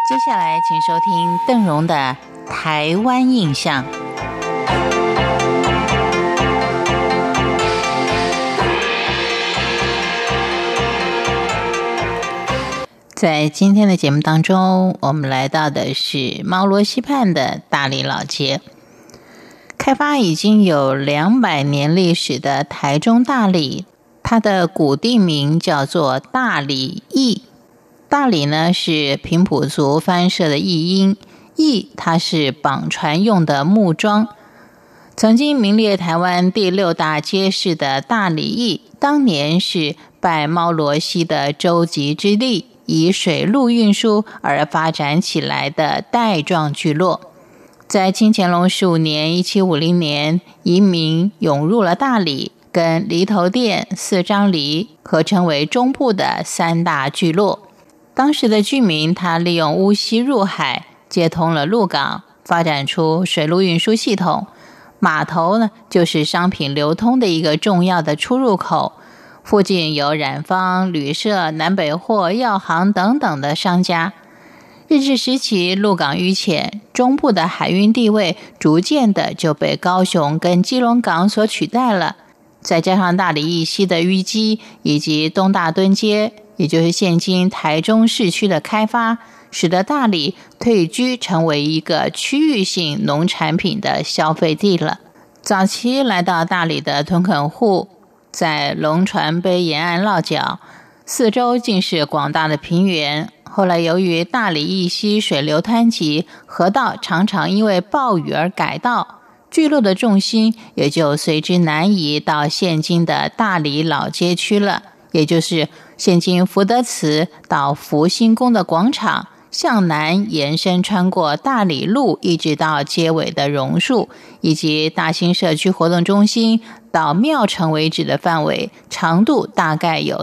接下来请收听邓荣的台湾印象。在今天的节目当中，我们来到的是猫罗溪畔的大里老街。开发已经有200年历史的台中大里，它的古地名叫做大里驿。大里呢是平埔族翻社的译音，驿它是绑船用的木桩。曾经名列台湾第6大街市的大里驿，当年是拜猫罗溪的舟楫之力，以水陆运输而发展起来的带状聚落。在清乾隆15年1750年，移民涌入了大里，跟犁头店、四张犁合称为中部的3大聚落。当时的居民他利用乌溪入海，接通了鹿港，发展出水陆运输系统。码头呢，就是商品流通的一个重要的出入口。附近有染坊、旅社、南北货、药行等等的商家。日治时期鹿港淤浅，中部的海运地位逐渐的就被高雄跟基隆港所取代了。再加上大里驿西的淤积以及东大墩街，也就是现今台中市区的开发，使得大里退居成为一个区域性农产品的消费地了。早期来到大里的屯垦户，在龙船陂沿岸落脚，四周尽是广大的平原。后来由于大里驿溪水流湍急，河道常常因为暴雨而改道，聚落的重心也就随之南移到现今的大里老街区了，也就是现今福德祠到福兴宫的广场，向南延伸穿过大里路一直到街尾的榕树，以及大兴社区活动中心到庙城为止的范围，长度大概有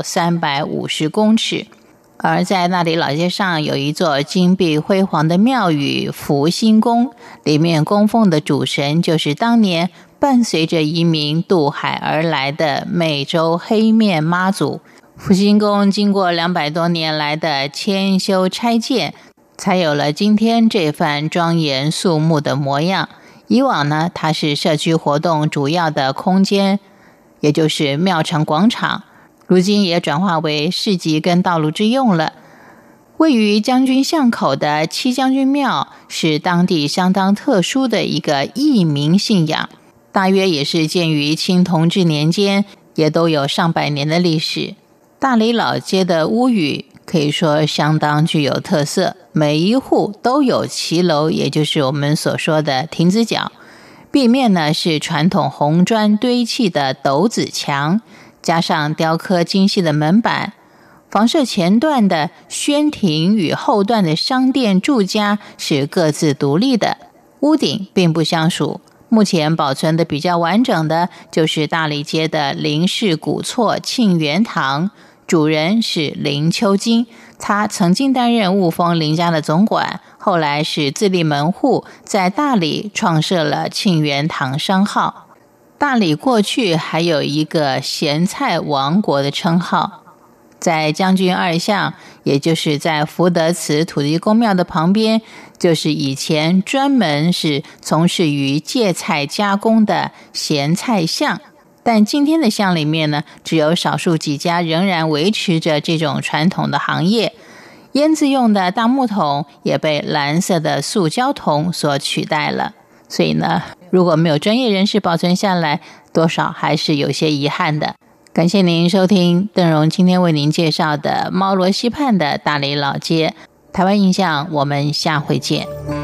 350公尺。而在大里老街上有一座金碧辉煌的庙宇福兴宫，里面供奉的主神就是当年伴随着移民渡海而来的美洲黑面妈祖。福兴宫经过200多年来的迁修拆建，才有了今天这番庄严肃穆的模样。以往呢，它是社区活动主要的空间，也就是庙城广场，如今也转化为市集跟道路之用了。位于将军巷口的七将军庙是当地相当特殊的一个义民信仰，大约也是建于清同治年间，也都有上百年的历史。大里老街的屋宇可以说相当具有特色，每一户都有骑楼，也就是我们所说的亭子角。壁面呢是传统红砖堆砌的斗子墙，加上雕刻精细的门板。房舍前段的轩亭与后段的商店住家是各自独立的，屋顶并不相属。目前保存的比较完整的就是大里街的林氏古厝庆元堂，主人是林秋金，他曾经担任雾峰林家的总管，后来是自立门户，在大里创设了庆元堂商号。大里过去还有一个咸菜王国的称号，在将军二巷，也就是在福德祠土地公庙的旁边，就是以前专门是从事于芥菜加工的咸菜巷。但今天的巷里面呢，只有少数几家仍然维持着这种传统的行业。腌制用的大木桶也被蓝色的塑胶桶所取代了。所以呢，如果没有专业人士保存下来，多少还是有些遗憾的。感谢您收听邓荣今天为您介绍的猫罗溪畔的大里老街台湾印象，我们下回见。